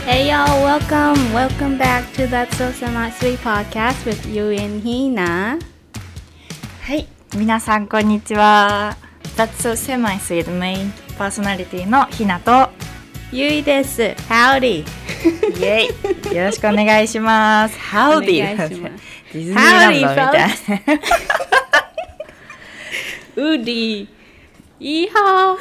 Hey y'all, welcome back to That's So Semi-Sweet Podcast with you and Hina. はい、皆さんこんにちは。That's So Semi-Sweet メインパーソナリティのひなとゆいです。Howdy! イエイ、よろしくお願いします。Howdy! お願いします。 ディズニーランドみたいな。 ウーディいいは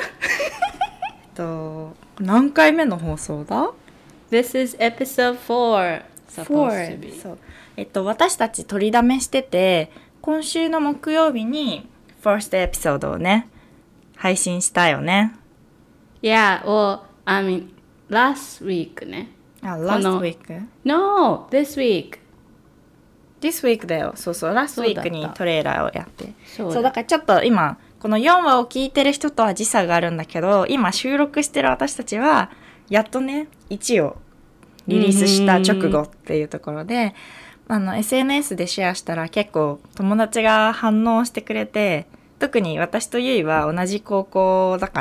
何回目の放送だ？ This is episode 4 supposed to be. そう。私たち取りだめしてて、今週の木曜日に first エピソードをね、配信したよね。 Yeah, well, I mean, last week ね。 last week? No, this week.This week だよ。そうそう。last week にトレーラーをやって。そうだからちょっと今、この4話を聞いてる人とは時差があるんだけど、今収録してる私たちは、やっとね、1をリリースした直後っていうところで、SNS でシェアしたら結構友達が反応してくれて、特に私とゆいは同じ高校だから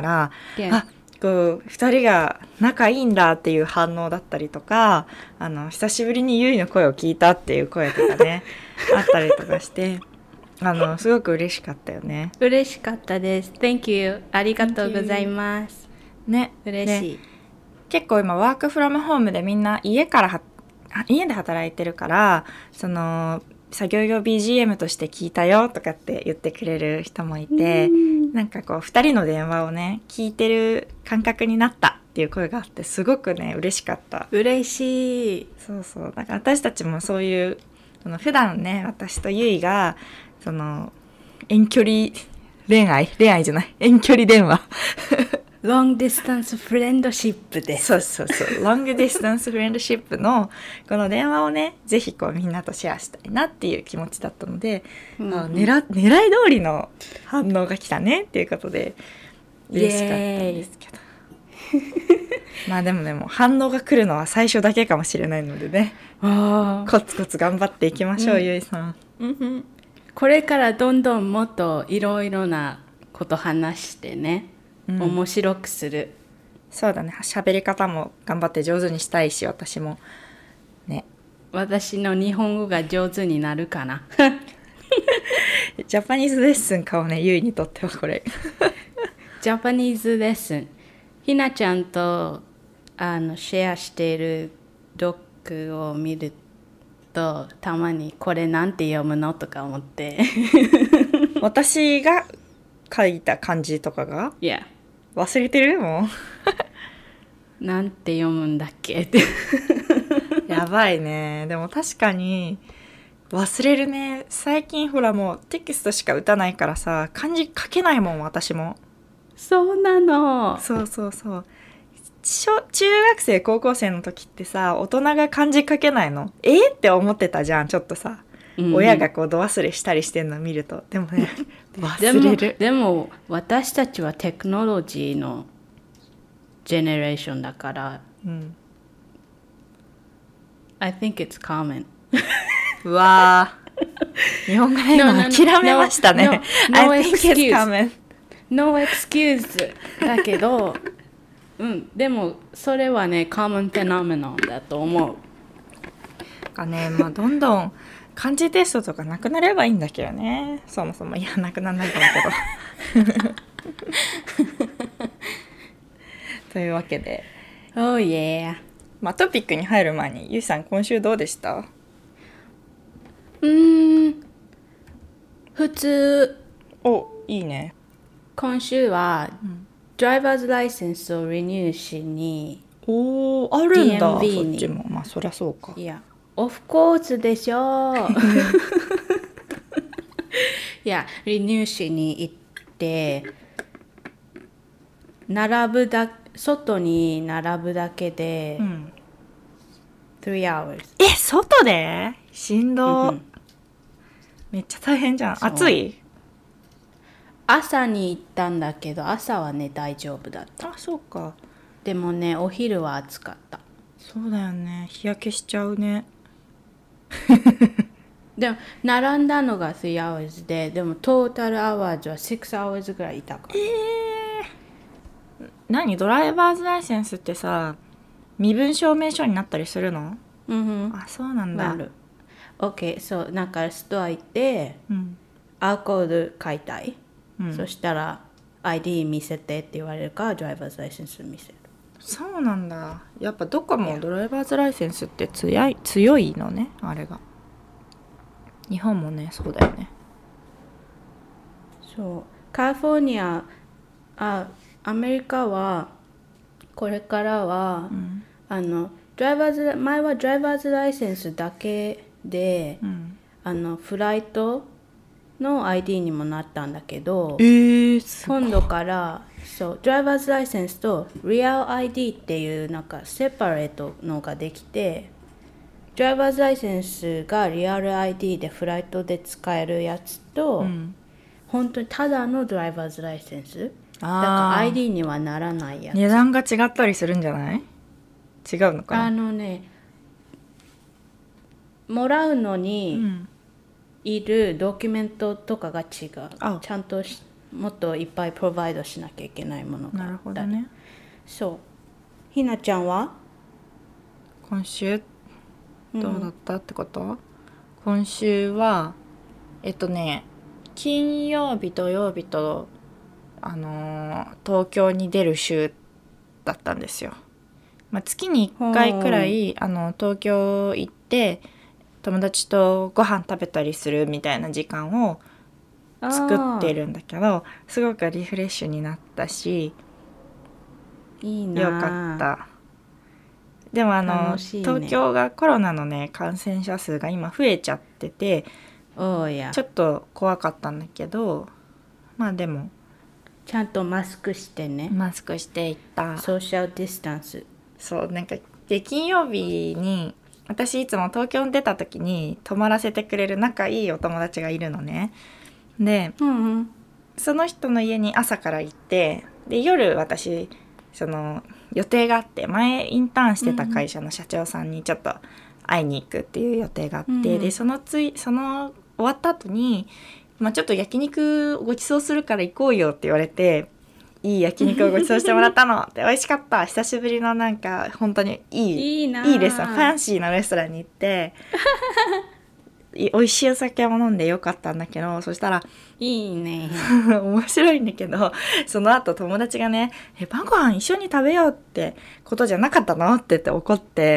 、2人が仲いいんだっていう反応だったりとか、久しぶりにゆいの声を聞いたっていう声とかねあったりとかしてすごく嬉しかったよね。 嬉しかったです。 Thank you ありがとうございますね。 嬉しい。 結構今ワークフロムホームでみんな家で働いてるから、その作業用 BGM として聞いたよとかって言ってくれる人もいて、なんかこう2人の電話をね聞いてる感覚になったっていう声があって、すごくね嬉しかった。 嬉しい。 そうそう。だから私たちもそういう普段ね、私とゆいがその遠距離恋愛じゃない遠距離電話ロングディスタンスフレンドシップです。 そうロングディスタンスフレンドシップのこの電話をね、ぜひこうみんなとシェアしたいなっていう気持ちだったので、狙い通りの反応が来たねっていうことで嬉しかったんですけどまあでも反応が来るのは最初だけかもしれないのでね、コツコツ頑張っていきましょう、ゆいさん。 これからどんどんもっといろいろなこと話してね、面白くする。 そうだね、喋り方も頑張って上手にしたいし、私もね。 私の日本語が上手になるかなジャパニーズレッスン買おうね、ゆいにとってはこれジャパニーズレッスン、ひなちゃんとシェアしているドッグを見ると、たまにこれなんて読むのとか思って私が書いた漢字とかが、忘れてるもうなんて読むんだっけってやばいね。でも確かに忘れるね。最近ほらもうテキストしか打たないからさ、漢字書けないもん、私も。 そうなの。 そう中学生高校生の時ってさ、大人が漢字書けないのって思ってたじゃん、ちょっとさ、親がこうど忘れしたりしてんの見ると。でもね忘れる。 でも私たちはテクノロジーのジェネレーションだから、I think it's common うわー日本語で今諦めましたね。 I think it's common No excuse だけどでもそれはね common phenomenon だと思うかね。まあどんどん漢字テストとかなくなればいいんだけどね。そもそもなくならないんだけどというわけで、 Oh yeah。 まあトピックに入る前に、ゆいさん今週どうでした？ 普通。 いいね。 今週は、ドライバーズライセンスをリニューしにあるんだ。 DMV に。 そっちもまあそりゃそうか。 いやオフコースでしょいやリニューしに行って外に並ぶだけで、3 hours。 外でしんど、めっちゃ大変じゃん。暑い？ 朝に行ったんだけど、朝はね大丈夫だった。 そうか。 でもねお昼は暑かった。 そうだよね、日焼けしちゃうねでも並んだのが3 hours でもトータルアワーズは6 hours ぐらいいたから。 何ドライバーズライセンスってさ、 身分証明書になったりするの？あ、そうなんだ。 OK、そう、なんかストア行って、アーコード買いたい。そしたら ID 見せてって言われるからドライバーズライセンス見せる。 そうなんだ。やっぱどこもドライバーズライセンスって強いのね、あれが。日本もね、そうだよね。 そう、カリフォルニア、アメリカはこれからは、前はドライバーズライセンスだけで、フライトの ID にもなったんだけど、今度からそうドライバーズライセンスとリアル ID っていうなんかセパレートのができて、ドライバーズライセンスがリアル ID でフライトで使えるやつと、本当にただのドライバーズライセンスだから ID にはならないやつ。 値段が違ったりするんじゃない？違うのかな？ もらうのに、いるドキュメントとかが違う。ちゃんともっといっぱいプロバイドしなきゃいけないものがあったり。 なるほどね。 そう。ひなちゃんは今週どうだったってこと？今週は金曜日土曜日と東京に出る週だったんですよ。月に1回くらい東京行って友達とご飯食べたりするみたいな時間を作ってるんだけど、すごくリフレッシュになったし、 いいな、 よかった。でもね、 東京がコロナのね感染者数が今増えちゃってて、ちょっと怖かったんだけど、でもちゃんとマスクしてね。 マスクしていった。 ソーシャルディスタンス。 そう、なんか金曜日に私いつも東京に出た時に泊まらせてくれる仲いいお友達がいるのね。で、その人の家に朝から行って、で夜私予定があって、前インターンしてた会社の社長さんにちょっと会いに行くっていう予定があって、でその終わった後に、ちょっと焼肉ごちそうするから行こうよって言われて、いい焼肉をごちそうしてもらったので美味しかった。久しぶりのなんか本当にいいレストラン、ファンシーなレストランに行って美味しいお酒を飲んでよかったんだけど、そしたらいいね面白いんだけど、その後友達がね晩ご飯一緒に食べようってことじゃなかったのって言って怒って、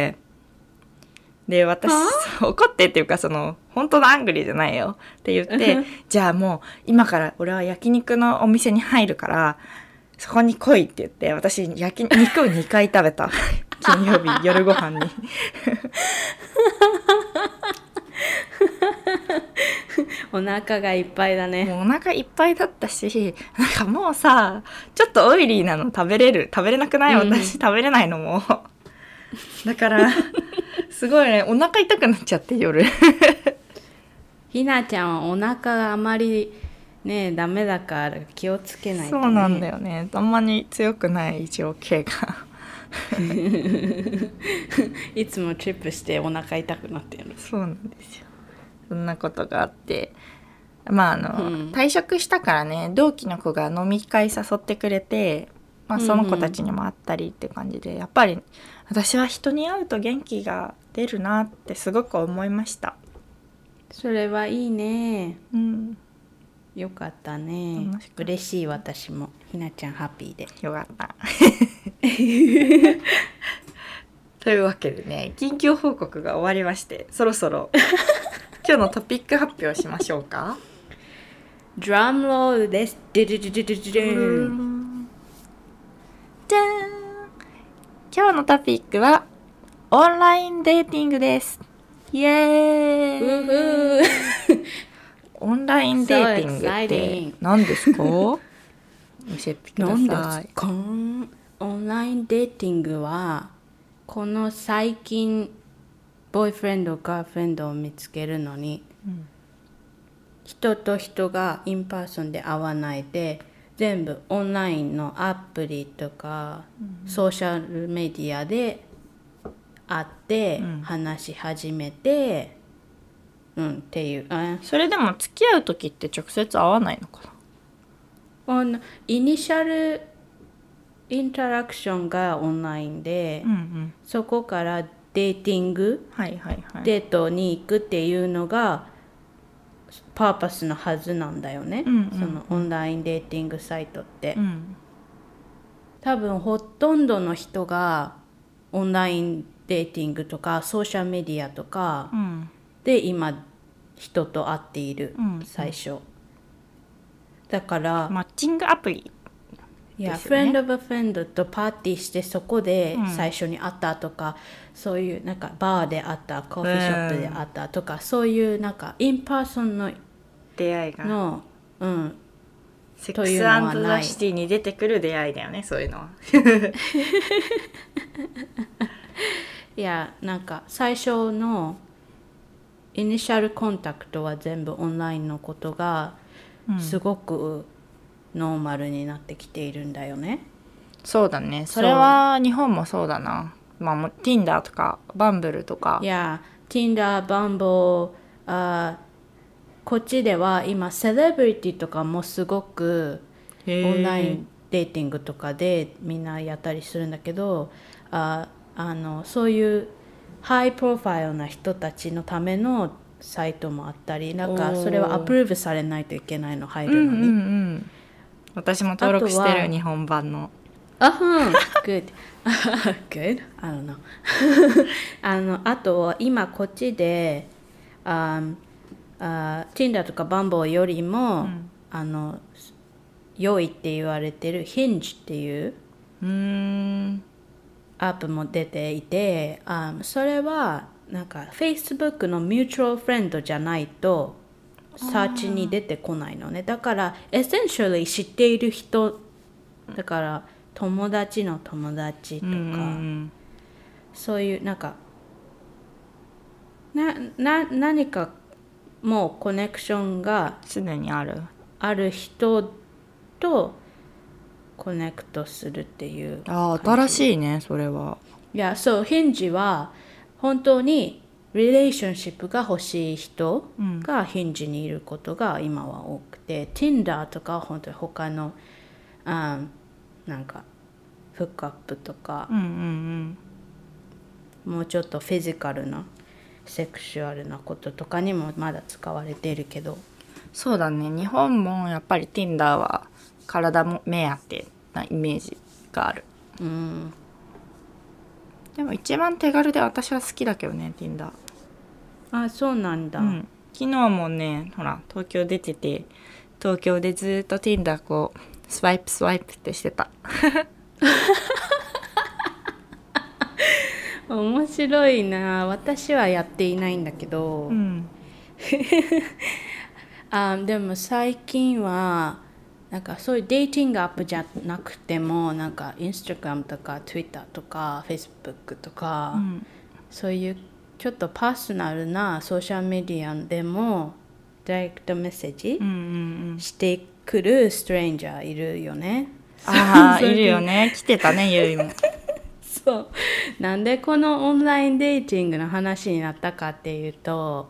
で私怒ってっていうか本当のアングリーじゃないよって言ってじゃあもう今から俺は焼肉のお店に入るからそこに来いって言って、私焼肉を2回食べた金曜日夜ご飯にお腹がいっぱいだね。 もうお腹いっぱいだったし、なんかもうさちょっとオイリーなの食べれなくない？私食べれないのもだからすごいね、お腹痛くなっちゃって夜ひなちゃんはお腹があまりねダメだから気をつけないとね。 そうなんだよね、あんまり強くない情景がいつもトリップしてお腹痛くなってる。 そうなんですよ。そんなことがあって、退職したからね、同期の子が飲み会誘ってくれて、その子たちにも会ったりって感じで、やっぱり私は人に会うと元気が出るなってすごく思いました。 それはいいね。よかったね。嬉しい。私もひなちゃんハッピーでよかったというわけでね、近況報告が終わりまして、そろそろ今日のトピック発表しましょうか。 ドラムロールです。じゃーん。 今日のトピックはオンラインデーティングです。イエーイオンラインデーティングって何ですか？教えてください。 オンラインデーティングはこの最近ボーイフレンドガールフレンドを見つけるのに、人と人がインパーソンで会わないで全部オンラインのアプリとか、ソーシャルメディアで会って話し始めて、っていう。 それでも付き合う時って直接会わないのかな？ イニシャルインタラクションがオンラインで、 うんうん、 そこからデーティング、 はいはいはい、 デートに行くっていうのがパーパスのはずなんだよね、 うんうんうん、 そのオンラインデーティングサイトって、 うん、 多分ほとんどの人がオンラインデーティングとかソーシャルメディアとかで今人と会っている、うん、最初だからマッチングアプリ、 いや、フレンド・オブ・フレンドとパーティーしてそこで最初に会ったとか、そういうなんかバーで会った、コーヒーショップで会ったとか、そういうなんかインパーソンの出会いがの、うん、 セックス&ザ・シティに出てくる出会いだよね、そういうのはいや、なんか最初のイニシャルコンタクトは全部オンラインのことがすごくノーマルになってきているんだよね、 そうだね、それは日本もそうだな、まあ、Tinder とかバンブルとか、 いや Tinder、バンボー、こっちでは今セレブリティとかもすごくオンラインデーティングとかでみんなやったりするんだけど、そういうハイプロファイルな人たちのためのサイトもあったり、なんかそれはアプローブされないといけないの入るのに、うんうんうん、 私も登録してる日本版の。 good good I don't know あとは今こっちでTinder とかバンボーよりも、良いって言われてる Hinge っていうアプも出ていて、それはなんか Facebook のミューチュアルフレンドじゃないとサーチに出てこないのね。だからエッセンシャル知っている人だから友達の友達とか、そういうなんか何かもうコネクションがすでにある人とコネクトするっていう感じ。新しいねそれは。 いや、そう、返事は本当にリレーションシップが欲しい人が返事にいることが今は多くて、Tinder とか本当に他のなんかフックアップとか、もうちょっとフィジカルなセクシュアルなこととかにもまだ使われているけど。 そうだね、日本もやっぱり Tinder は体も目当てなイメージがある。でも一番手軽で私は好きだけどね Tinder。 そうなんだ、 昨日もねほら東京出てて、東京でずっと Tinder こうスワイプってしてた面白いな。私はやっていないんだけど、でも最近はなんかそういうデーティングアップじゃなくてもなんかインスタグラムとか Twitter とか Facebook とか、そういうちょっとパーソナルなソーシャルメディアでもダイレクトメッセージしてくるストレンジャーいるよね。 いるよね。来てたねゆいもそう、なんでこのオンラインデーティングの話になったかっていうと、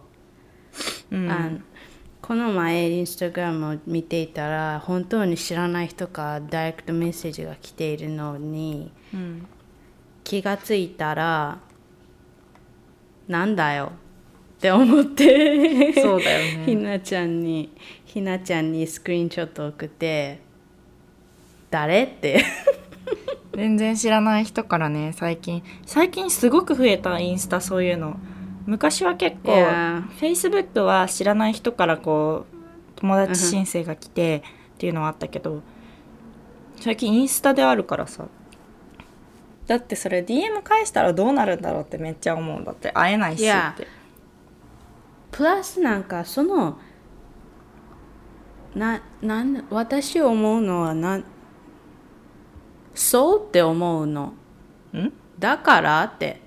この前インスタグラムを見ていたら本当に知らない人からダイレクトメッセージが来ているのに、気がついたらなんだよって思ってそうだよねひなちゃんにスクリーンショット送って誰って全然知らない人からね、最近すごく増えたインスタ、そういうの。昔は結構 Facebook は知らない人からこう友達申請が来てっていうのはあったけど、最近インスタであるからさ、だってそれ DM 返したらどうなるんだろうってめっちゃ思うんだって、会えないしって。 プラスなんかその私思うのはそうって思うの。だからって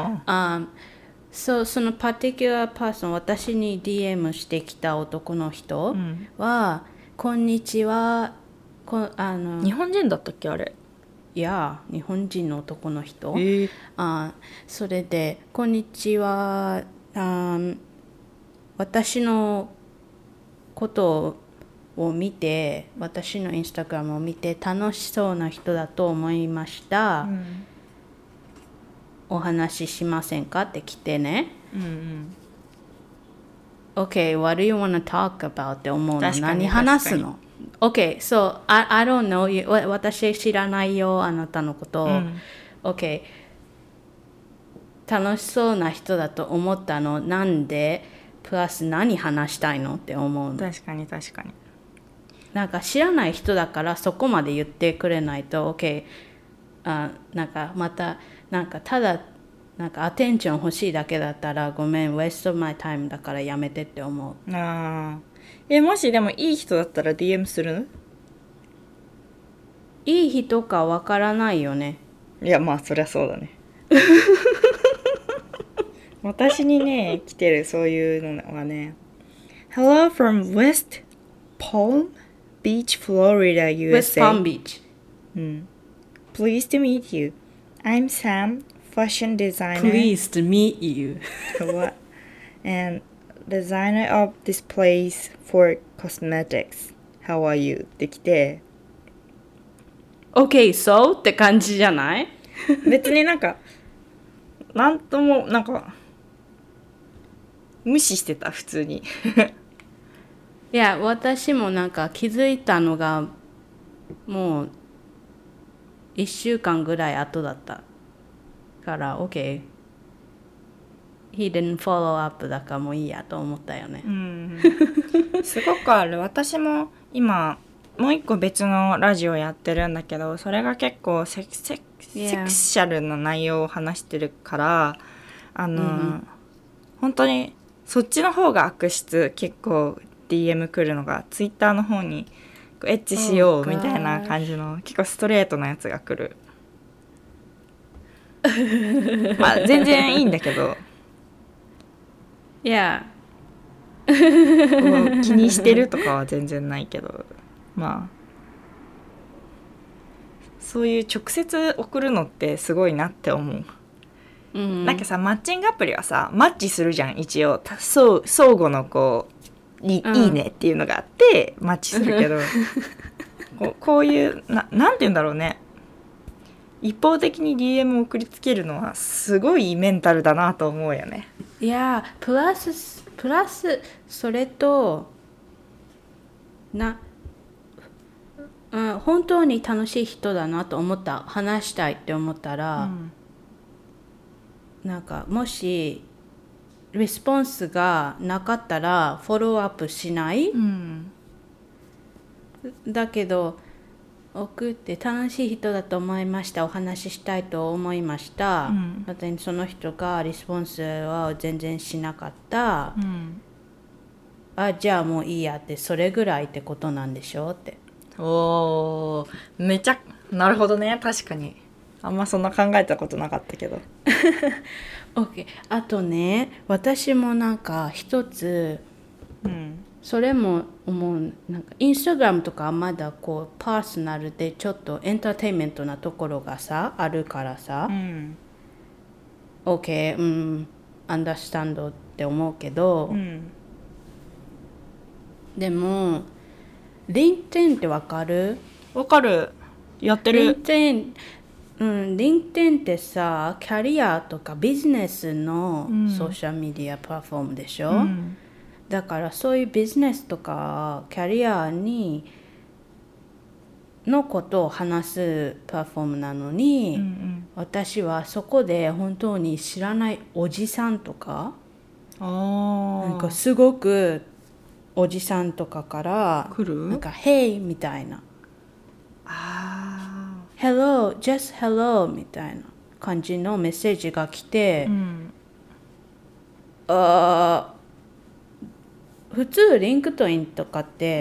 そのパティキュラーパーソン、私に DM してきた男の人は、こんにちは、 日本人だったっけあれ。 いや日本人の男の人、それでこんにちは、私のことをを見て、私のインスタグラムを見て楽しそうな人だと思いました、うん、お話ししませんかって来てね、うんうん、OK, what do you want to talk about? って思うの。何話すの？ OK, so I don't know you. 私知らないよ、あなたのこと、うん、OK, 楽しそうな人だと思ったの。なんでプラス何話したいのって思うの。 確かに確かに。 なんか知らない人だからそこまで言ってくれないと OK、なんかまたなんかただなんかアテンション欲しいだけだったらごめん waste of my time だからやめてって思う。 もしでもいい人だったら DM する？ いい人かわからないよね。 いやまあそりゃそうだね私にね来てるそういうのがね Hello from West Palm Beach, Florida, USA West Palm Beach、 Pleased to meet you. I'm Sam, fashion designer. Pleased to meet you. What? And designer of displays for cosmetics. How are you? ってきて OK, so? って感じじゃない？ 別になんかなんともなんか無視してた普通にいや私もなんか気づいたのがもう1週間ぐらい後だったから OK He didn't follow up だからもういいやと思ったよね、 すごくある。私も今もう一個別のラジオやってるんだけどそれが結構セクシャルな内容を話してるから本当にそっちの方が悪質。結構 DM 来るのがツイッターの方にエッチしようみたいな感じの結構ストレートなやつが来るまあ全然いいんだけどいや気にしてるとかは全然ないけどまあそういう直接送るのってすごいなって思う。なんかさマッチングアプリはさマッチするじゃん一応相互のこういいねっていうのがあってマッチするけどこういうなんて言うんだろうね一方的に DM を送りつけるのはすごいメンタルだなと思うよね。 いやプラスそれと本当に楽しい人だなと思った話したいって思ったら、なんかもしレスポンスがなかったらフォローアップしない、だけど送って楽しい人だと思いました、お話ししたいと思いました、私にその人がレスポンスは全然しなかった、じゃあもういいやってそれぐらいってことなんでしょうって。 めちゃなるほどね。確かにあんまそんな考えたことなかったけど OK あとね私もなんか一つ、それも思うなんかインスタグラムとかまだこうパーソナルでちょっとエンターテインメントなところがさあるからさ、OK アンダースタンドって思うけど、でもLinkedIn ってわかる？ わかる。やってる。 LinkedIn ってさキャリアとかビジネスのソーシャルメディアプラットフォームでしょ、だからそういうビジネスとかキャリアのことを話すプラットフォームなのに、私はそこで本当に知らないおじさんとかなんかすごくおじさんとかから来る？ なんか Hey みたいなHello, just hello みたいな感じのメッセージが来て、普通リンクトインとかって、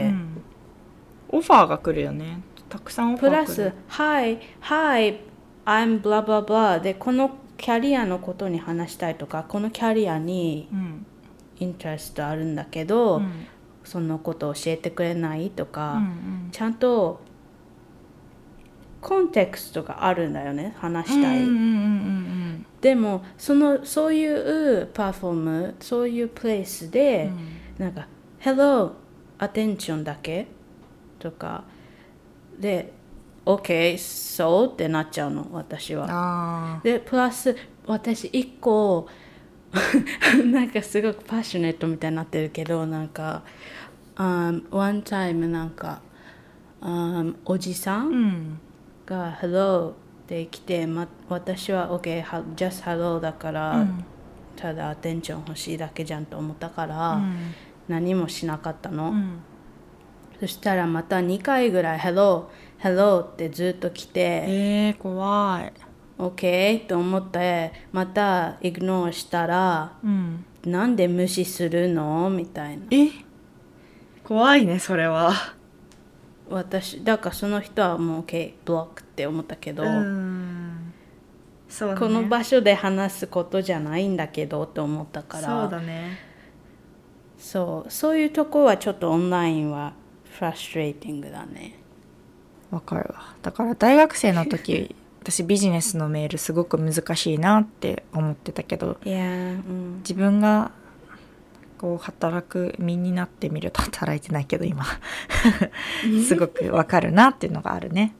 オファーが来るよね。たくさんオファー来る。 プラス Hi, I'm blah blah blah でこのキャリアのことに話したいとかこのキャリアにインタレストあるんだけど、そのことを教えてくれないとか、ちゃんとコンテクストがあるんだよね話したい、でもそういうパフォームそういうプレイスで、なんか Hello アテンションだけとかで OK そうってなっちゃうの私は。でプラス私1個なんかすごくパッショネットみたいになってるけどなんか、one time なんか、おじさんが Hello って来て、私は OK just Hello だから、ただアテンション欲しいだけじゃんと思ったから、何もしなかったの、そしたらまた2回ぐらい Hello Hello ってずっと来て怖い。 OK と思ってまたイグノーしたら、なんで無視するのみたいな。 怖いねそれは。 私だからその人はもう OK ブロックって思ったけど、 そうね、 この場所で話すことじゃないんだけどと思ったから。 そうだね。 そういうとこはちょっとオンラインはフラストレーティングだね。 わかるわ。だから大学生の時私ビジネスのメールすごく難しいなって思ってたけど、自分がこう働く身になってみると、働いてないけど今すごくわかるなっていうのがあるね。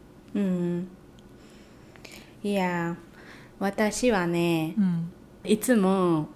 いや私はね、いつも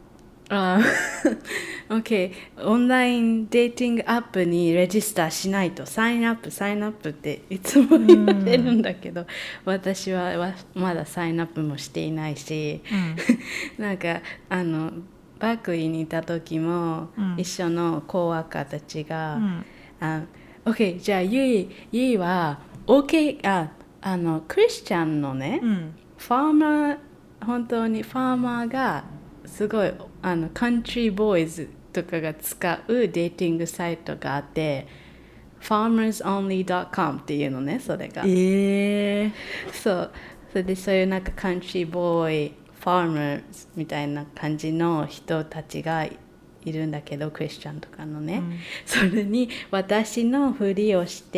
OK オンラインデーティングアップにレジスターしないとサインアップっていつも言われるんだけど、私はまだサインアップもしていないし、なんかバークリーにいた時も、一緒のコーワーカーたちが、OK じゃあゆいは OK クリスチャンのね、ファーマー本当にファーマーがすごいカントリーボーイズとかが使うデーティングサイトがあって farmersonly.com っていうのね、それが。それでそういうなんかカントリーボーイファーマーズみたいな感じの人たちがいるんだけど、クリスチャンとかのね、それに私のふりをして、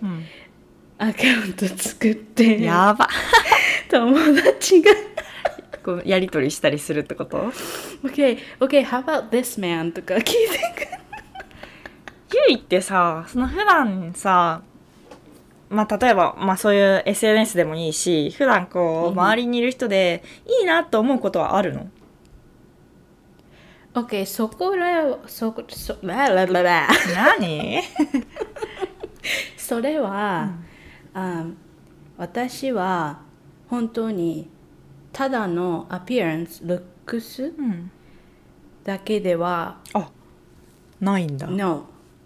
アカウント作ってやば友達がこうやり取りしたりするってこと？ OK, how about this man? とか聞いてくる。 ゆいってさ、その普段さ、例えば、そういう SNS でもいいし、普段こう、周りにいる人でいいなと思うことはあるの？ OK、 何それは、私は本当にただのアピアランス、ルックス、だけではないんだ。 No。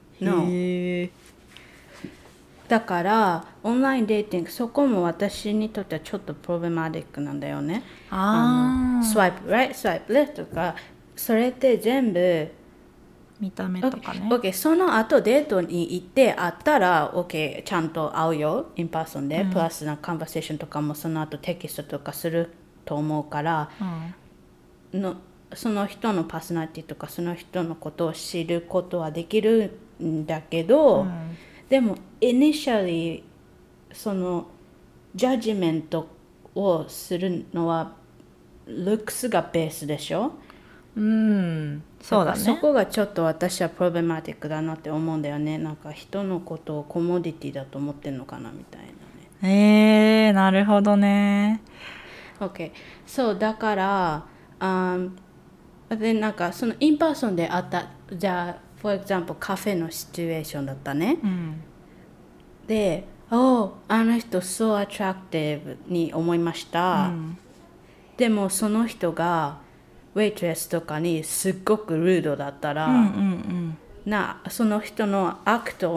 だからオンラインデーティング、そこも私にとってはちょっとプロブレマティックなんだよね。スワイプ、right? スワイプレフトとか、それって全部見た目とかね。 OK、その後デートに行って会ったら OK ちゃんと会うよ、インパーソンで、プラスなカンバセーションとかもその後テキストとかすると思うから、その人のパーソナリティとかその人のことを知ることはできるんだけど、でもイニシャリそのジャッジメントをするのはルックスがベースでしょ。 そうだね。 そこがちょっと私はプロブレマティックだなって思うんだよね。なんか人のことをコモディティだと思ってんのかなみたいなね。なるほどね。 OK、そうだからでなんかそのインパーソンで会った、じゃあ for example カフェのシチュエーションだったね、であの人 so attractive に思いました、でもその人がウェイトレスとかにすっごくルードだったら、その人のアクシ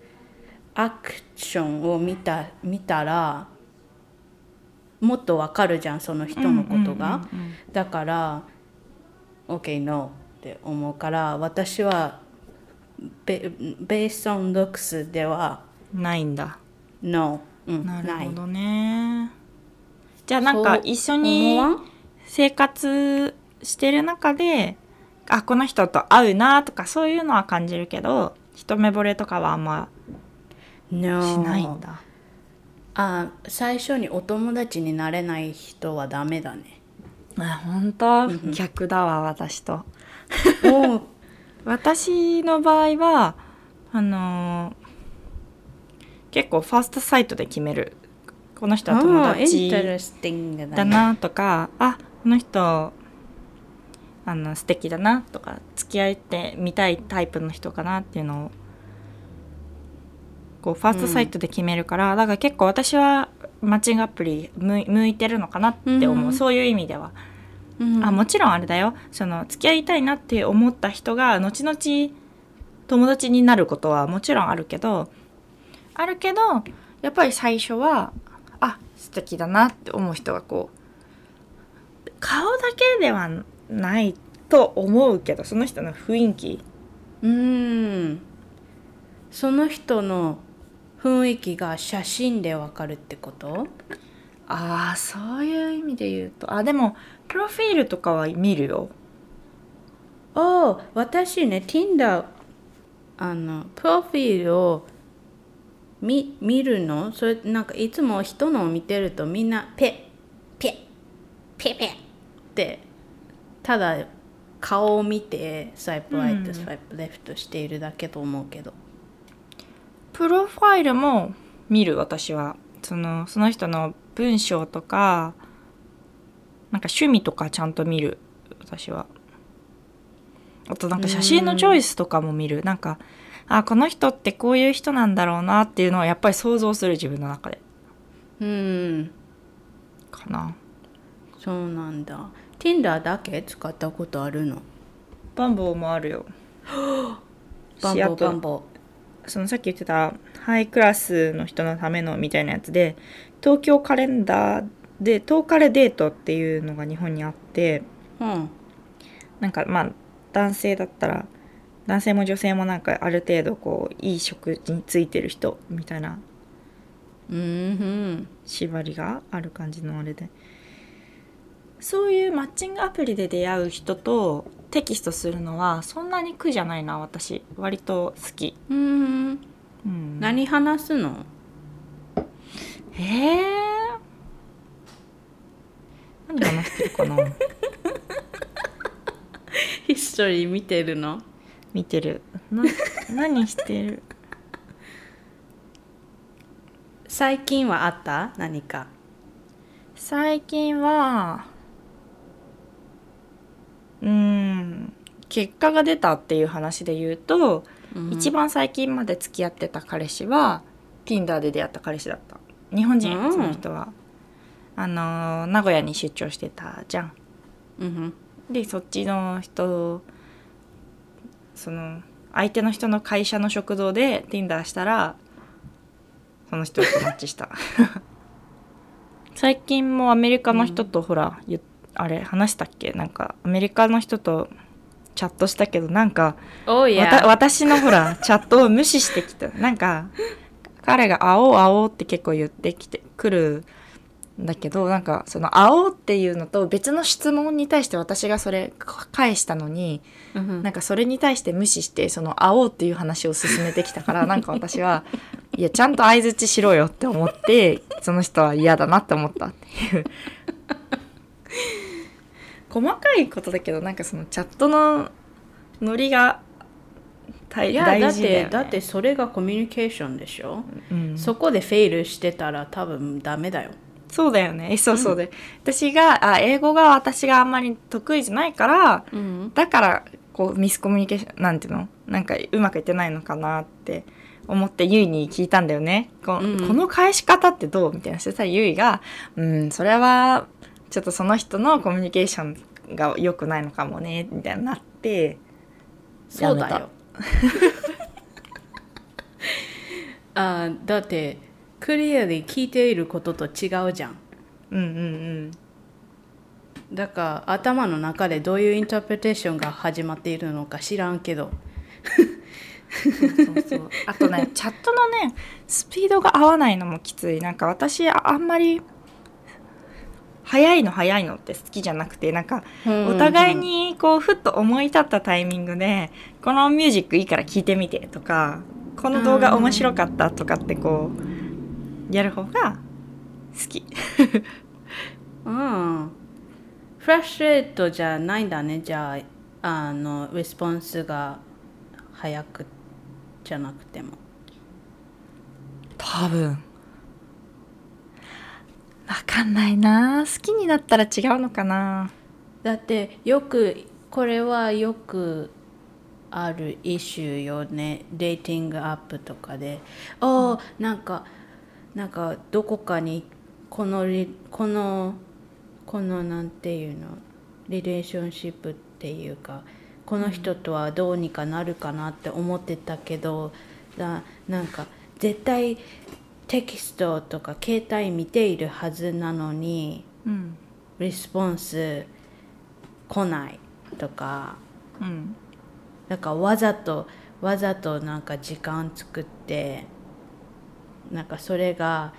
ョンを見たらもっとわかるじゃん、その人のことが、だから OK no って思うから、私はベースオンルックスではないんだ。 No、 なるほどね。じゃあなんか一緒に生活してる中でこの人と合うなとかそういうのは感じるけど、一目惚れとかはあんましないんだ。 最初にお友達になれない人はダメだね。 本当、逆だわ私と私の場合は結構ファーストサイトで決める。この人は友達だなとか、あ、この人素敵だなとか、付き合ってみたいタイプの人かなっていうのをこうファーストサイトで決めるから、だから結構私はマッチングアプリ向いてるのかなって思う、そういう意味では、もちろんあれだよ、その付き合いたいなって思った人が後々友達になることはもちろんあるけどやっぱり最初は素敵だなって思う人がこう顔だけではないと思うけど、その人の雰囲気、 その人の雰囲気が写真でわかるってこと？ そういう意味で言うと、でもプロフィールとかは見るよ。 私ね Tinder プロフィールを見るの。それなんかいつも人のを見てるとみんなペってただ顔を見てスワイプライト、スワイプレフトしているだけと思うけど、 プロファイルも見る。私はその人の文章とかなんか趣味とかちゃんと見る。私はあとなんか写真のチョイスとかも見る。なんかこの人ってこういう人なんだろうなっていうのをやっぱり想像する、自分の中で。かな。 そうなんだ。Tinder だけ使ったことあるの？ バンボーもあるよ。 バンボー。 そのさっき言ってたハイクラスの人のためのみたいなやつで、東京カレンダーで東カレデートっていうのが日本にあって、なんか男性だったら男性も女性もなんかある程度こういい職についてる人みたいな縛りがある感じのあれで、そういうマッチングアプリで出会う人とテキストするのはそんなに苦じゃないな。私割と好き。 何話すの？ 何話してるかなヒストリー見てるの？ 見てる。何してる？ 最近はあった？何か最近は結果が出たっていう話で言うと、一番最近まで付き合ってた彼氏は Tinder で出会った彼氏だった。日本人、その人は名古屋に出張してたじゃん。でそっちの人、その相手の人の会社の食堂で Tinder したらその人とマッチした最近もアメリカの人とほら、あれ話したっけ、なんかアメリカの人とチャットしたけど、なんか、私のほらチャットを無視してきた。なんか彼が会おうって結構言ってきてくるんだけど、なんかその会おうっていうのと別の質問に対して私がそれ返したのに、なんかそれに対して無視してその会おうっていう話を進めてきたからなんか私はいやちゃんと相づちしろよって思って、その人は嫌だなって思ったっていう細かいことだけど、なんかそのチャットのノリが大事だよね。 だってそれがコミュニケーションでしょ、そこでフェイルしてたら多分ダメだよ。 そうだよね。そうで、私が英語が私があんまり得意じゃないから、だからこうミスコミュニケーションなんていうの、なんかうまくいってないのかなって思ってユイに聞いたんだよね。この返し方ってどうみたいな。そしたらユイがそれはちょっとその人のコミュニケーションが良くないのかもねみたいになってやめた。そうだよだってクリアで聞いていることと違うじゃん。だから頭の中でどういうインタープレテーションが始まっているのか知らんけどそうあとねチャットのねスピードが合わないのもきつい。なんか私あんまり早いのって好きじゃなくて、なんかお互いにこうふっと思い立ったタイミングでこのミュージックいいから聴いてみてとか、この動画面白かったとかってこうやる方が好きフラッシュレートじゃないんだね。じゃあレスポンスが早くじゃなくても多多分わかんないな。好きになったら違うのかな。 だってこれはよくあるイシューよね。デーティングアップとかで、なんかどこかにこのなんていうの、リレーションシップっていうか、この人とはどうにかなるかなって思ってたけど、なんか絶対テキストとか携帯見ているはずなのに、リスポンス来ないとか、なんかわざとなんか時間作って、なんかそれが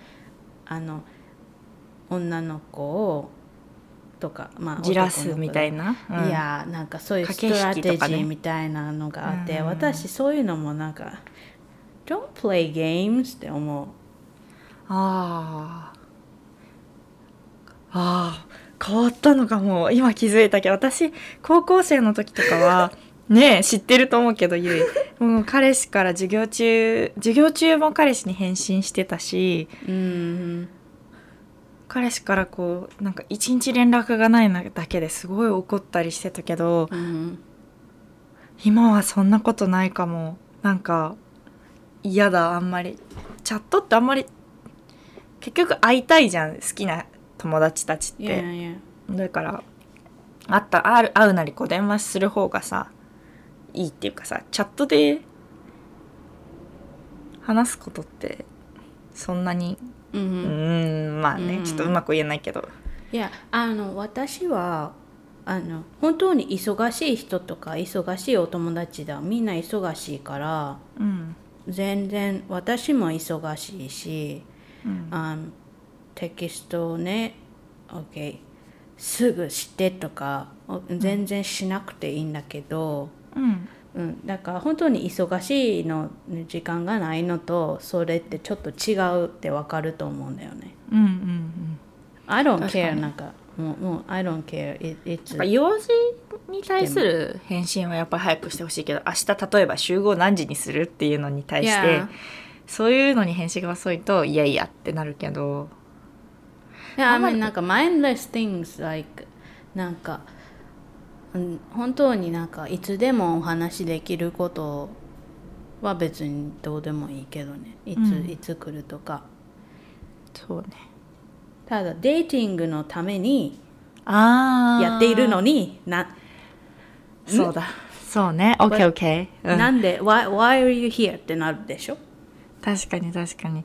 女の子をとか、 じらすみたいな、 いやなんかそういうストラテジーみたいなのがあって、私そういうのもなんか Don't play games って思う。 変わったのかも。今気づいたけど、私高校生の時とかはね知ってると思うけど、ゆいもう彼氏から授業中も彼氏に返信してたし、彼氏からこうなんか一日連絡がないだけですごい怒ったりしてたけど、今はそんなことないかも。なんか嫌だ。あんまりチャットってあんまり結局会いたいじゃん、好きな友達たちって。だから会うなりこう電話する方がさいいっていうかさ、チャットで話すことってそんなにまあね、ちょっとうまく言えないけど、 いや私は本当に忙しい人とか忙しいお友達だ、みんな忙しいから、全然私も忙しいし、テキストをね OK すぐしてとか全然しなくていいんだけど、だから本当に忙しいの時間がないのとそれってちょっと違うって分かると思うんだよね。I don't care なんかもう I don't care it's 用事に対する返信はやっぱり早くしてほしいけど、明日例えば集合何時にするっていうのに対してそういうのに返信が遅いといやいやってなるけど、 なんか mindless things like なんか本当になんかいつでもお話できることは別にどうでもいいけどね、いつ来るとか。 そうね。 ただデーティングのためにやっているのにそうだそうね OKOK、 なんで why are you here ってなるでしょ。 確かに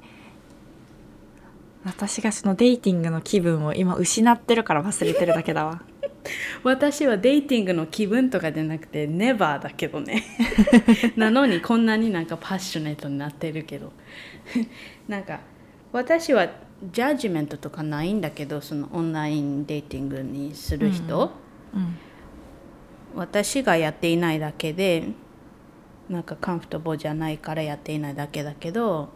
私がそのデーティングの気分を今失ってるから忘れてるだけだわ私はデーティングの気分とかじゃなくてネバーだけどねなのにこんなになんかパッショネットになってるけどなんか私はジャッジメントとかないんだけど、そのオンラインデーティングにする人、私がやっていないだけでなんかカンフォタブルじゃないからやっていないだけだけど、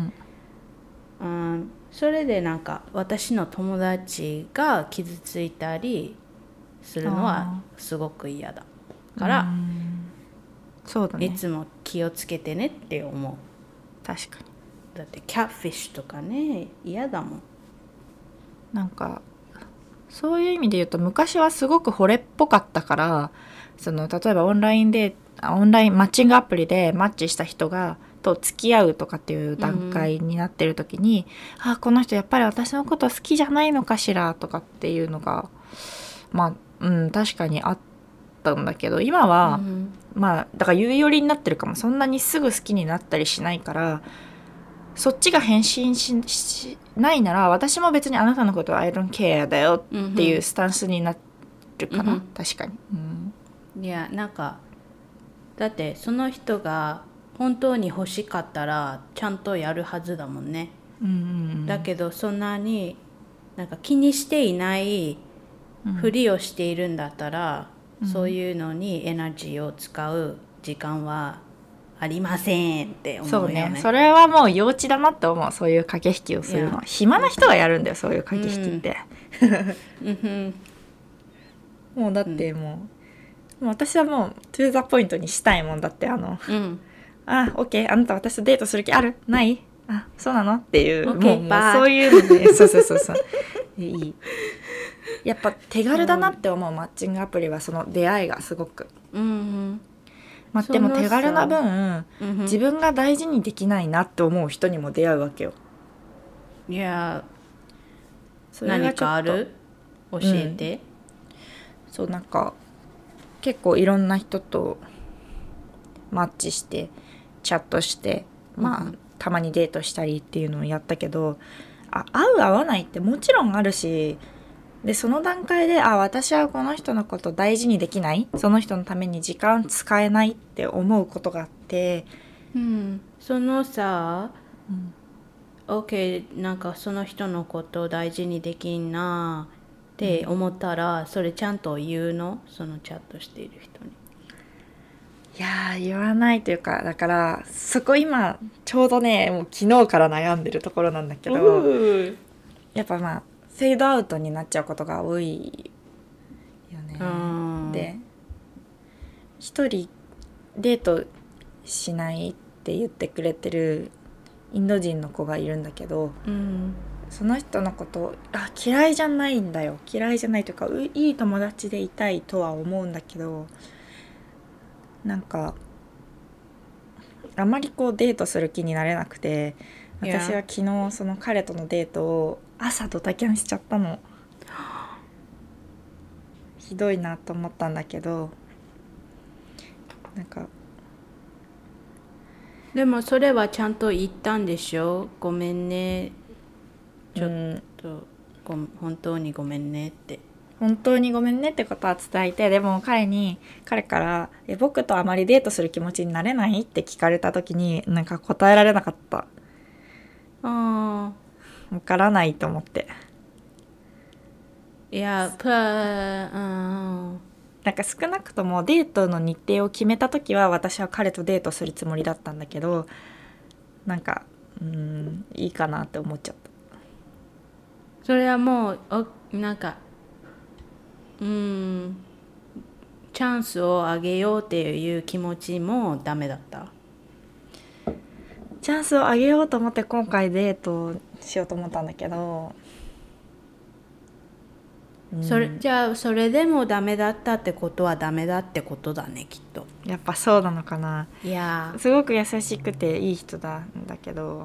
それでなんか私の友達が傷ついたりするのはすごく嫌だから、 そうだね、 いつも気をつけてねって思う。 確かに。 だってキャットフィッシュとかね嫌だもん。 なんかそういう意味で言うと昔はすごく惚れっぽかったから、その例えばオンラインマッチングアプリでマッチした人と付き合うとかっていう段階になってる時に、この人やっぱり私のこと好きじゃないのかしらとかっていうのが確かにあったんだけど、今は、だから言うよりになってるかも。そんなにすぐ好きになったりしないから、そっちが返信しないなら私も別にあなたのことは I don't care だよっていうスタンスになるかな、確かに。 いやなんかだってその人が本当に欲しかったらちゃんとやるはずだもんね。だけどそんなになんか気にしていないふりをしているんだったら、そういうのにエナジーを使う時間はありませんって思うよね。 そうね、それはもう幼稚だなって思う。そういう駆け引きをするのは暇な人がやるんだよ、そういう駆け引きって、もうだってもう私はもうトゥーザポイントにしたいもんだって。OK あなた私とデートする気あるないあそうなのっていう、 OK もうそういうのでそういい。やっぱ手軽だなって思うマッチングアプリはその出会いがすごく、まあ、でも手軽な分、自分が大事にできないなって思う人にも出会うわけよ。 いや何かある？教えて。 そうなんか結構いろんな人とマッチしてチャットして、まあたまにデートしたりっていうのをやったけど、合う合わないってもちろんあるし、でその段階で私はこの人のこと大事にできない、その人のために時間使えないって思うことがあって、 そのさ、OK なんかその人のこと大事にできんなって思ったら、それちゃんと言うの？そのチャットしている人に。 いや言わないというか、だからそこ今ちょうどねもう昨日から悩んでるところなんだけど、やっぱまあフェードアウトになっちゃうことが多いよね。で一人デートしないって言ってくれてるインド人の子がいるんだけど、その人のこと嫌いじゃないんだよ。嫌いじゃないというかいい友達でいたいとは思うんだけど、なんかあまりこうデートする気になれなくて、私は昨日その彼とのデートを朝ドタキャンしちゃったの。ひどいなと思ったんだけど、なんかでもそれはちゃんと言ったんでしょ？ごめんね、ちょっと、本当にごめんねって。 本当にごめんねってことは伝えて、でも彼から僕とあまりデートする気持ちになれないって聞かれた時になんか答えられなかった。わからないと思って。 いやなんか少なくともデートの日程を決めた時は私は彼とデートするつもりだったんだけど、なんかいいかなって思っちゃった。 それはもうなんかチャンスをあげようっていう気持ちもダメだった？ チャンスをあげようと思って今回デートしようと思ったんだけど、 じゃあそれでもダメだったってことはダメだってことだね、きっと。 やっぱそうなのかな。 いやすごく優しくていい人なんだけど、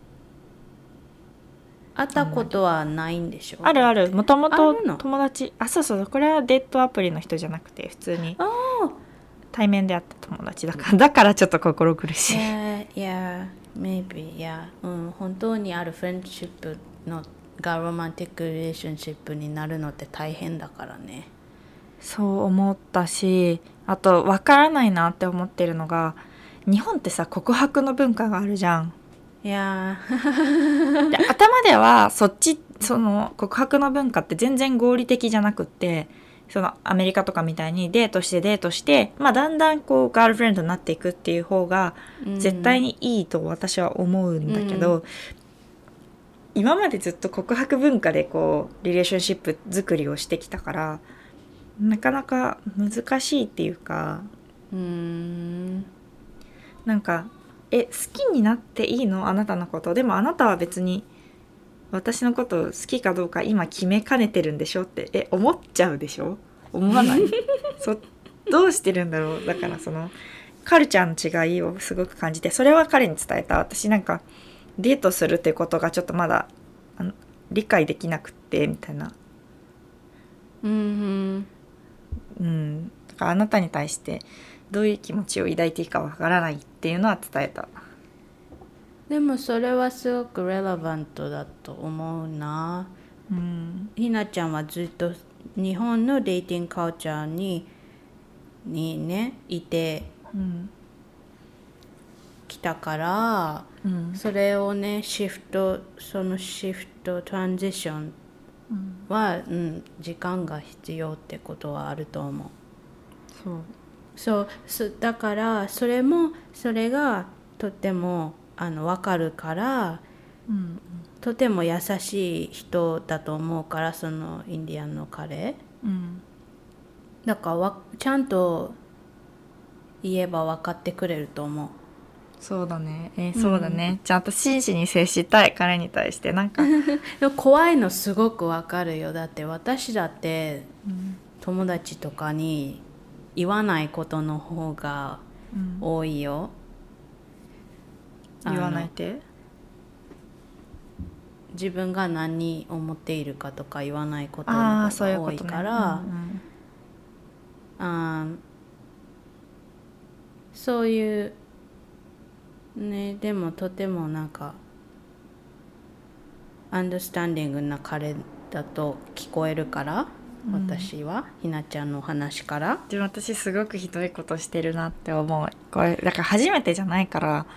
会ったことはないんでしょ？ あるもともと友達。そうこれはデートアプリの人じゃなくて普通に対面で会った友達だからちょっと心苦しい。 maybe 本当にあるフレンドシップのがロマンティックリレーションシップになるのって大変だからね。 そう思ったし、あと分からないなって思ってるのが、日本ってさ告白の文化があるじゃん。 いやで頭ではその告白の文化って全然合理的じゃなくって、そのアメリカとかみたいにデートして、まあ、だんだんこうガールフレンドになっていくっていう方が絶対にいいと私は思うんだけど、今までずっと告白文化でこうリレーションシップ作りをしてきたから、なかなか難しいっていうか、なんか好きになっていいのあなたのこと、でもあなたは別に私のこと好きかどうか今決めかねてるんでしょって思っちゃうでしょ？思わない？どうしてるんだろう。だからそのカルチャーの違いをすごく感じて、それは彼に伝えた。私なんかデートするってことがちょっとまだ理解できなくってみたいな。だからあなたに対してどういう気持ちを抱いていいかわからないっていうのは伝えた。 でもそれはすごくレレバントだと思うな。ひなちゃんはずっと日本のデーティングカルチャーにねいてきたから、それをねそのシフトトランジションは、時間が必要ってことはあると思う。そうだからそれがとっても分かるから、とても優しい人だと思うから、そのインディアンの彼、だからちゃんと言えば分かってくれると思う。 そうだね、そうだね、ちゃんと真摯に接したい彼に対してなんかでも怖いのすごくわかるよ。だって私だって友達とかに言わないことの方が多いよ、 言わないって自分が何思っているかとか言わないことの方が多いから、そういうね。でもとてもなんかアンダースタンディングな彼だと聞こえるから、私はひなちゃんの話から。 でも私すごくひどいことしてるなって思う。これだから初めてじゃないから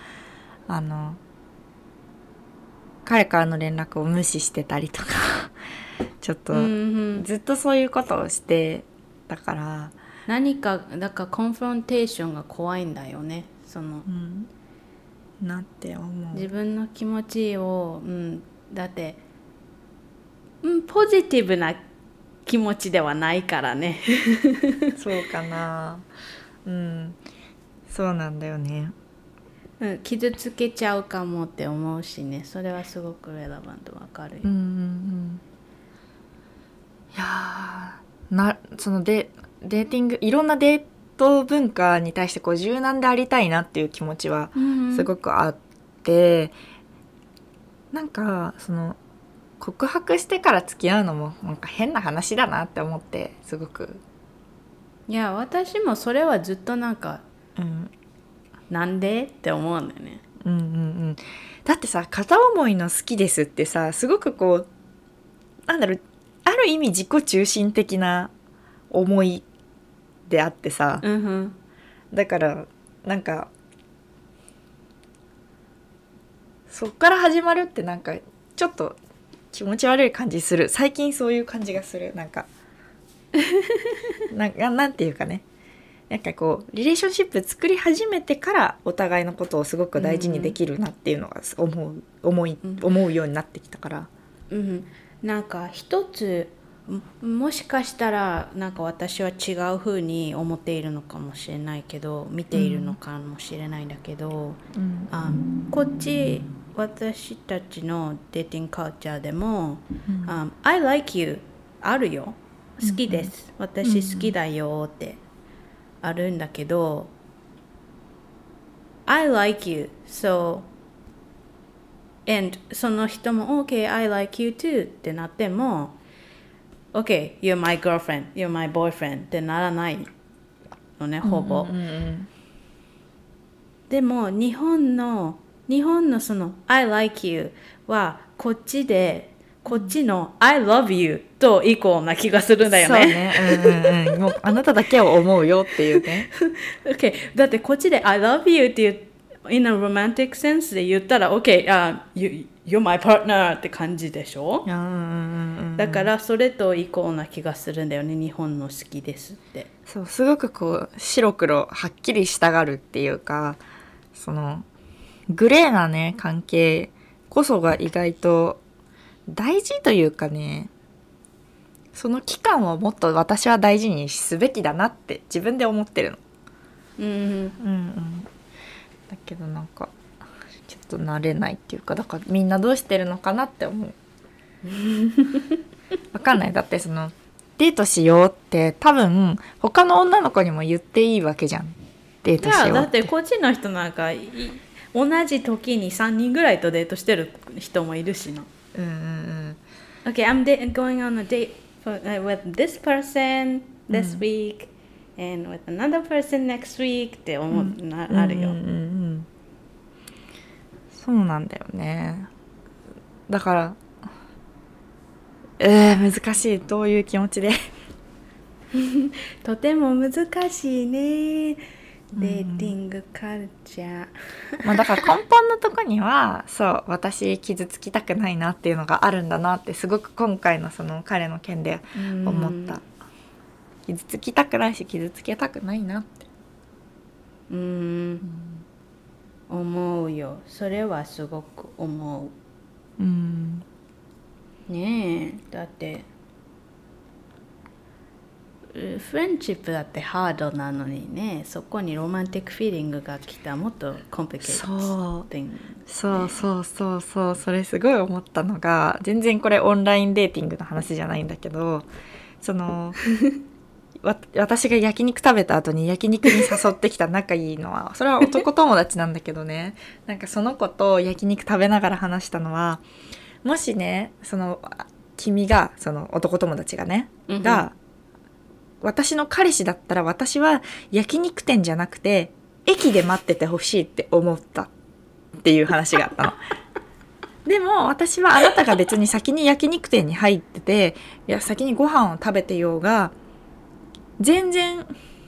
彼からの連絡を無視してたりとかちょっとずっとそういうことをしてたから、 何かだからコンフロンテーションが怖いんだよね。 なって思う。 自分の気持ちを、だって、ポジティブな気持ちではないからねそうかな。そうなんだよね。 傷つけちゃうかもって思うしね。それはすごくレレバントわかるよ。 いやそのデーティング、いろんなデート文化に対してこう柔軟でありたいなっていう気持ちはすごくあって、なんかその告白してから付き合うのもなんか変な話だなって思って、すごく。 いや私もそれはずっとなんか、なんでって思うんだよね。 だってさ、片思いの好きですってさ、すごくこうなんだろう、ある意味自己中心的な思いであってさ、だからなんかそっから始まるってなんかちょっと気持ち悪い感じする。最近そういう感じがする。なんかなんていうかね、なんかこうリレーションシップ作り始めてからお互いのことをすごく大事にできるなっていうのが思うようになってきたから、 なんか一つもしかしたらなんか私は違う風に思っているのかもしれないけど、見ているのかもしれないんだけど、こっち私たちのデーティングカルチャーでも、I like you あるよ、好きです、私好きだよってあるんだけど、I like you so and その人も OK I like you too ってなっても OK you're my girlfriend you're my boyfriend ってならないのね、ほぼ。でも日本のその I like you はこっちの I love you とイコールな気がするんだよね。 そうね。もうあなただけを思うよっていうね。 OK だってこっちで I love you っていう in a romantic sense で言ったら OK、you're my partner って感じでしょ。だからそれとイコールな気がするんだよね、日本の好きですって。 そう、すごくこう白黒はっきりしたがるっていうか、そのグレーなね関係こそが意外と大事というかね、その期間をもっと私は大事にすべきだなって自分で思ってるの。だけどなんかちょっと慣れないっていうか、だからみんなどうしてるのかなって思う。わかんない。だってそのデートしようって多分他の女の子にも言っていいわけじゃん。デートしようって。 いやだってこっちの人なんか同じ時に3人ぐらいとデートしてる人もいるしな。Okay, I'm going on a date with this person this week and with another person next week ってあるよ。 そうなんだよね。だから難しい。どういう気持ちでとても難しいね、デーティングカルチャー。 まあだから根本のとこにはそう私傷つきたくないなっていうのがあるんだなってすごく今回のその彼の件で思った。傷つきたくないし傷つけたくないなって。 思うよ。それはすごく思う。ねえ、だってフレンチップだってハードなのにね、そこにロマンティックフィーリングが来たらもっとコンプリケートってそうそれすごい思ったのが、全然これオンラインデーティングの話じゃないんだけど、その私が焼肉食べた後に焼肉に誘ってきた仲いいのはそれは男友達なんだけどね、なんかその子と焼肉食べながら話したのは、もしね、その君が、その男友達がね、が私の彼氏だったら、私は焼肉店じゃなくて駅で待っててほしいって思ったっていう話があったの。でも私はあなたが別に先に焼肉店に入ってて、いや先にご飯を食べてようが全然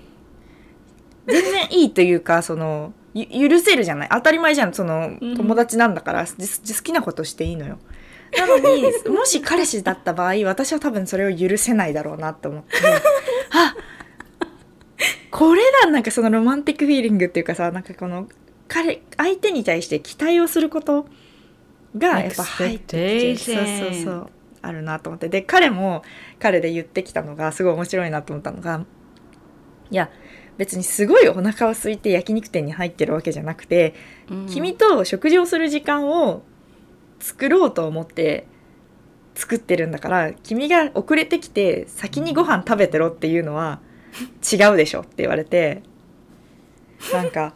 いいというか、その許せるじゃない、当たり前じゃん、その友達なんだから、好きなことしていいのよ。なのにもし彼氏だった場合、私は多分それを許せないだろうなと思ってあ、これだ、なんかそのロマンティックフィーリングっていうかさ、なんかこの相手に対して期待をすることがやっぱ入ってきて、そうあるなと思って。で彼も彼で言ってきたのがすごい面白いなと思ったのが、いや別にすごいお腹を空いて焼肉店に入ってるわけじゃなくて、君と食事をする時間を作ろうと思って作ってるんだから、君が遅れてきて先にご飯食べてろっていうのは違うでしょって言われて、なんか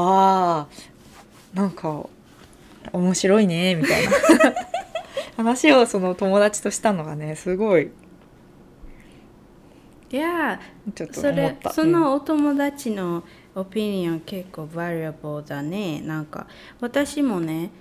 なんか面白いねみたいな話をその友達としたのがね、すごい、 いやちょっと思った。 そのお友達のオピニオン結構バリアブルだね。なんか私もね、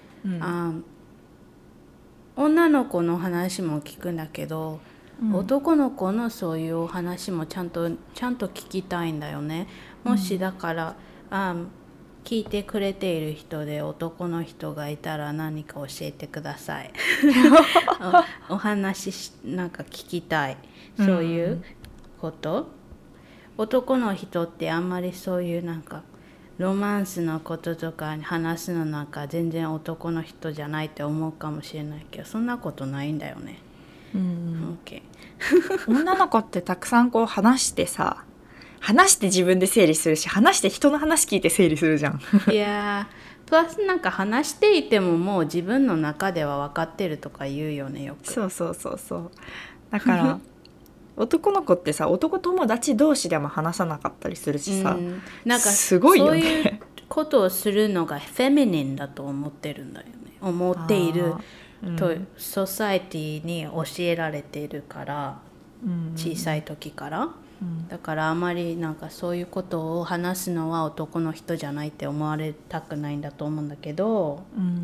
女の子の話も聞くんだけど、男の子のそういうお話もちゃんと聞きたいんだよね。もしだから、聞いてくれている人で男の人がいたら何か教えてください。お話なんか聞きたい、そういうこと。男の人ってあんまりそういうなんかロマンスのこととか話すのなんか全然男の人じゃないって思うかもしれないけど、そんなことないんだよね。 Okay. 女の子ってたくさんこう話して自分で整理するし、話して人の話聞いて整理するじゃん。 いやプラスなんか話していてももう自分の中では分かってるとか言うよね、よく。 そうだから男の子ってさ、男友達同士でも話さなかったりするしさ、 なんかすごいよね。 そういうことをするのがフェミニンだと思ってるんだよね。思っていると、ソサエティに教えられているから、小さい時から、だからあまりなんかそういうことを話すのは男の人じゃないって思われたくないんだと思うんだけど、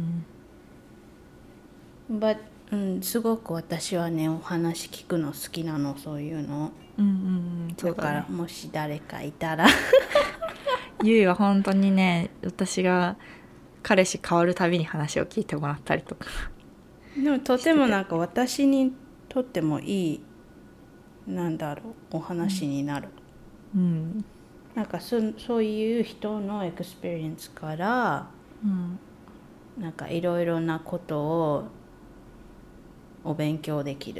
すごく私はね、お話聞くの好きなの、そういうの。だからもし誰かいたらゆいは本当にね、私が彼氏変わるたびに話を聞いてもらったりとか。 でもとてもなんか私にとってもいい、なんだろう、お話になる。なんかそういう人のエクスペリエンスから、なんかいろいろなことをお勉強できる。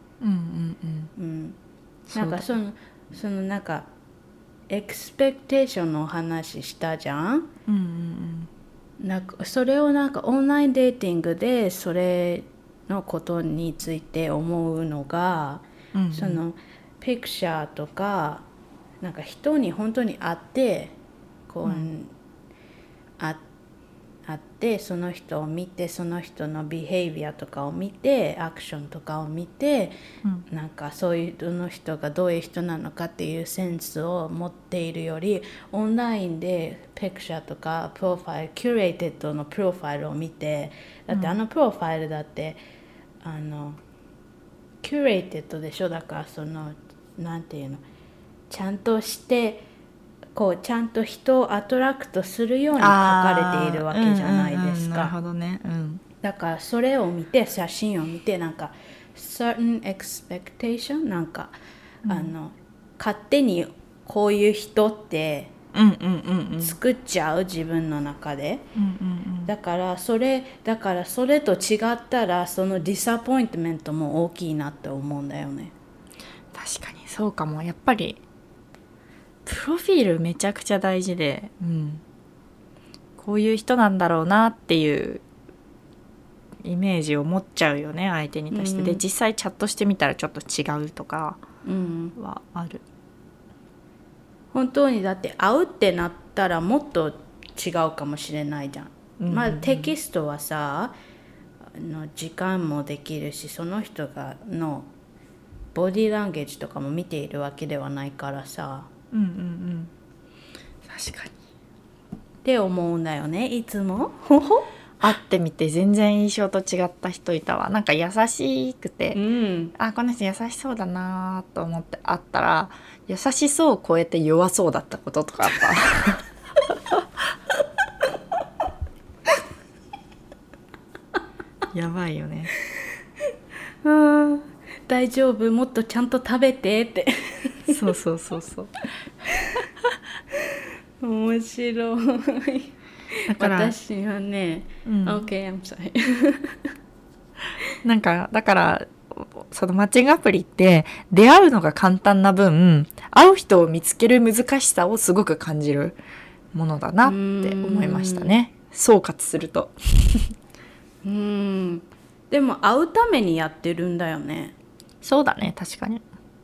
なんかそのなんかエクスペクテーションの話したじゃん。なんかそれをなんかオンラインデーティングでそれのことについて思うのが、そのピクチャーとかなんか人に本当に会ってこう、会ってその人を見て、その人のビヘイビアとかを見て、アクションとかを見て、なんかそういうどの人がどういう人なのかっていうセンスを持っているより、オンラインでピクチャーとかプロファイル、キュレーテッドのプロファイルを見て、だってプロファイルだってキュレーテッドでしょ。だからそのなんていうの、ちゃんとしてこうちゃんと人をアトラクトするように書かれているわけじゃないですか。 なるほどね。 だからそれを見て、写真を見て、なんか certain expectation なんか、勝手にこういう人って作っちゃう、自分の中で。だからそれと違ったらそのディサポイントメントも大きいなって思うんだよね。 確かにそうかも。やっぱりプロフィールめちゃくちゃ大事で、うん、こういう人なんだろうなっていうイメージを持っちゃうよね、相手に対して、で実際チャットしてみたらちょっと違うとかはある、 本当にだって会うってなったらもっと違うかもしれないじゃん、まあテキストはさ時間もできるし、その人がのボディーランゲージとかも見ているわけではないからさ、 確かにって思うんだよね、いつも会ってみて全然印象と違った人いたわ。なんか優しくて、あ、この人優しそうだなと思って会ったら、優しそうを超えて弱そうだったこととかあったやばいよね。 大丈夫、もっとちゃんと食べてってそうそうそうそう面白い。だから私はね、OK, I'm sorry なんかだからそのマッチングアプリって出会うのが簡単な分、会う人を見つける難しさをすごく感じるものだなって思いましたね、総括するとでも会うためにやってるんだよね。 そうだね、確かに。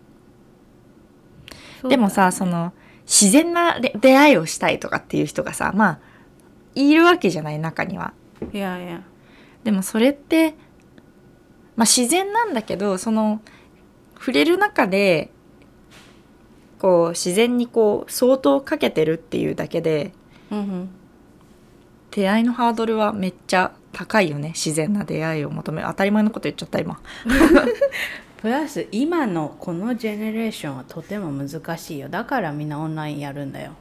でもさ、その自然な出会いをしたいとかっていう人がさ、まあいるわけじゃない、中には。 いやいや。 でもそれって、まあ自然なんだけど、その触れる中でこう自然にこう相当かけてるっていうだけで、出会いのハードルはめっちゃ高いよね。自然な出会いを求める。当たり前のこと言っちゃった今プラス今のこのジェネレーションはとても難しいよ。だからみんなオンラインやるんだよ。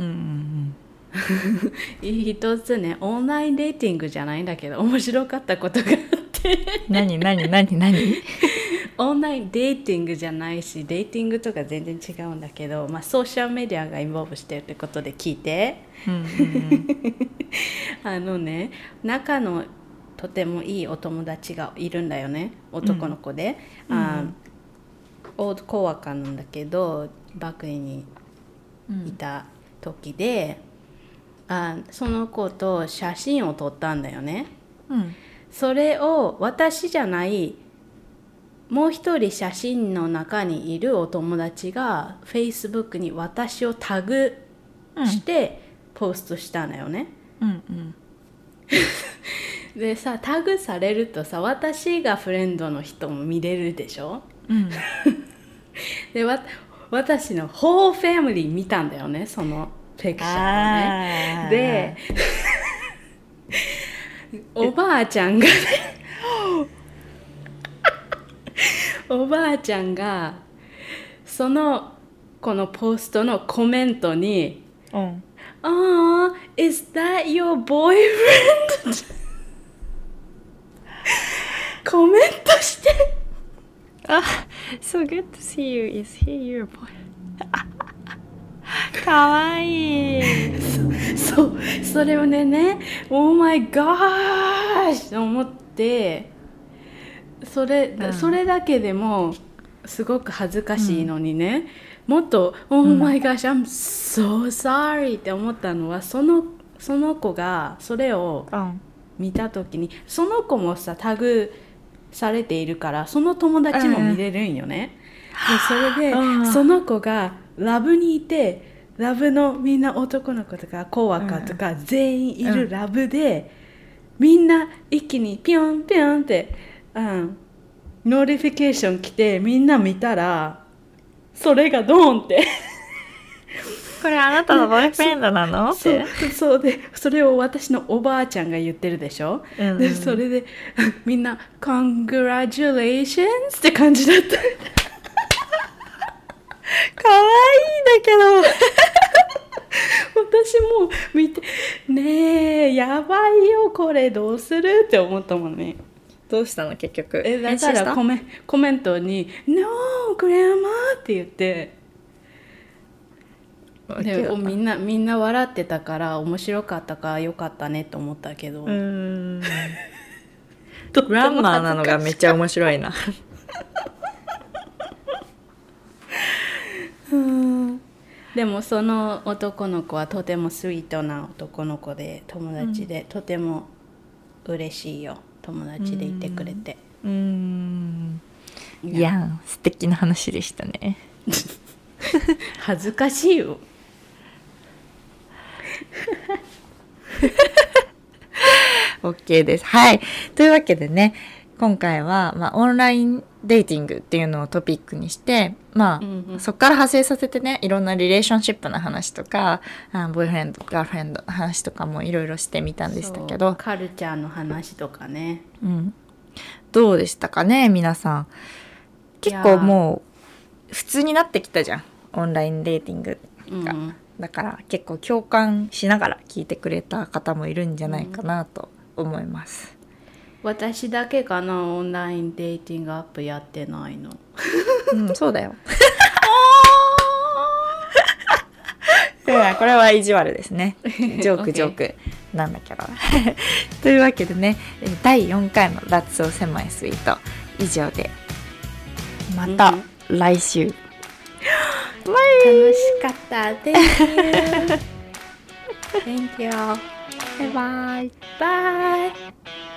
一つね、オンラインデーティングじゃないんだけど面白かったことがあって何オンラインデーティングじゃないし、デーティングとか全然違うんだけど、まあ、ソーシャルメディアがインボーブしてるってことで聞いて、仲のとてもいいお友達がいるんだよね、男の子で、オールコワーカーなんだけど、バークリーにいた時で、その子と写真を撮ったんだよね、それを私じゃないもう一人写真の中にいるお友達が Facebook に私をタグしてポストしたんだよね、でさ、タグされるとさ、私がフレンドの人も見れるでしょ、で私のホーファミリー見たんだよね、そのピクチャーをね。でおばあちゃんがねおばあちゃんがそのこのポストのコメントにis that your boyfriend? コメントして So good to see you. Is he your boy? かわいいそれをね Oh my gosh と思って、それだけでもすごく恥ずかしいのにね、もっと Oh my gosh I'm so sorry って思ったのは、その子がそれを見た時に、その子もさタグされているからその友達も見れるんよね、でそれでその子がラブにいて、ラブのみんな男の子とかコワーカーとか全員いるラブで、みんな一気にピョンピョンってノーティフィケーション来て、みんな見たらそれがドーンってこれあなたのボーイフレンドなのってそうで、それを私のおばあちゃんが言ってるでしょ、でそれでみんな Congratulations って感じだったかわいいんだけど私も見てねえ、やばいよこれ、どうするって思ったもんね。 どうしたの結局。 だからコメントに No grandma って言って、でみんな笑ってたから面白かったからよかったねと思ったけど、グランマーなのがめっちゃ面白いなでもその男の子はとてもスイートな男の子で友達で、とても嬉しいよ、友達でいてくれて。 いや素敵な話でしたね。 恥ずかしいよ。 OK です。はい。というわけでね、今回は、オンラインデーティングっていうのをトピックにして、そこから派生させてね、いろんなリレーションシップの話とか、ボーイフレンド、ガールフレンドの話とかもいろいろしてみたんでしたけど。 カルチャーの話とかね。 どうでしたかね、皆さん。結構もう、普通になってきたじゃん。オンラインデーティングが。だから結構共感しながら聞いてくれた方もいるんじゃないかなと思います。 私だけかな、オンラインデーティングアプリやってないの。 そうだよ。これは意地悪ですね。ジョークなんだけど。というわけでね、第4回の脱走狭いスイート以上で、また来週。 楽しかった。Thank you. Thank you. バイバイ。 バイ。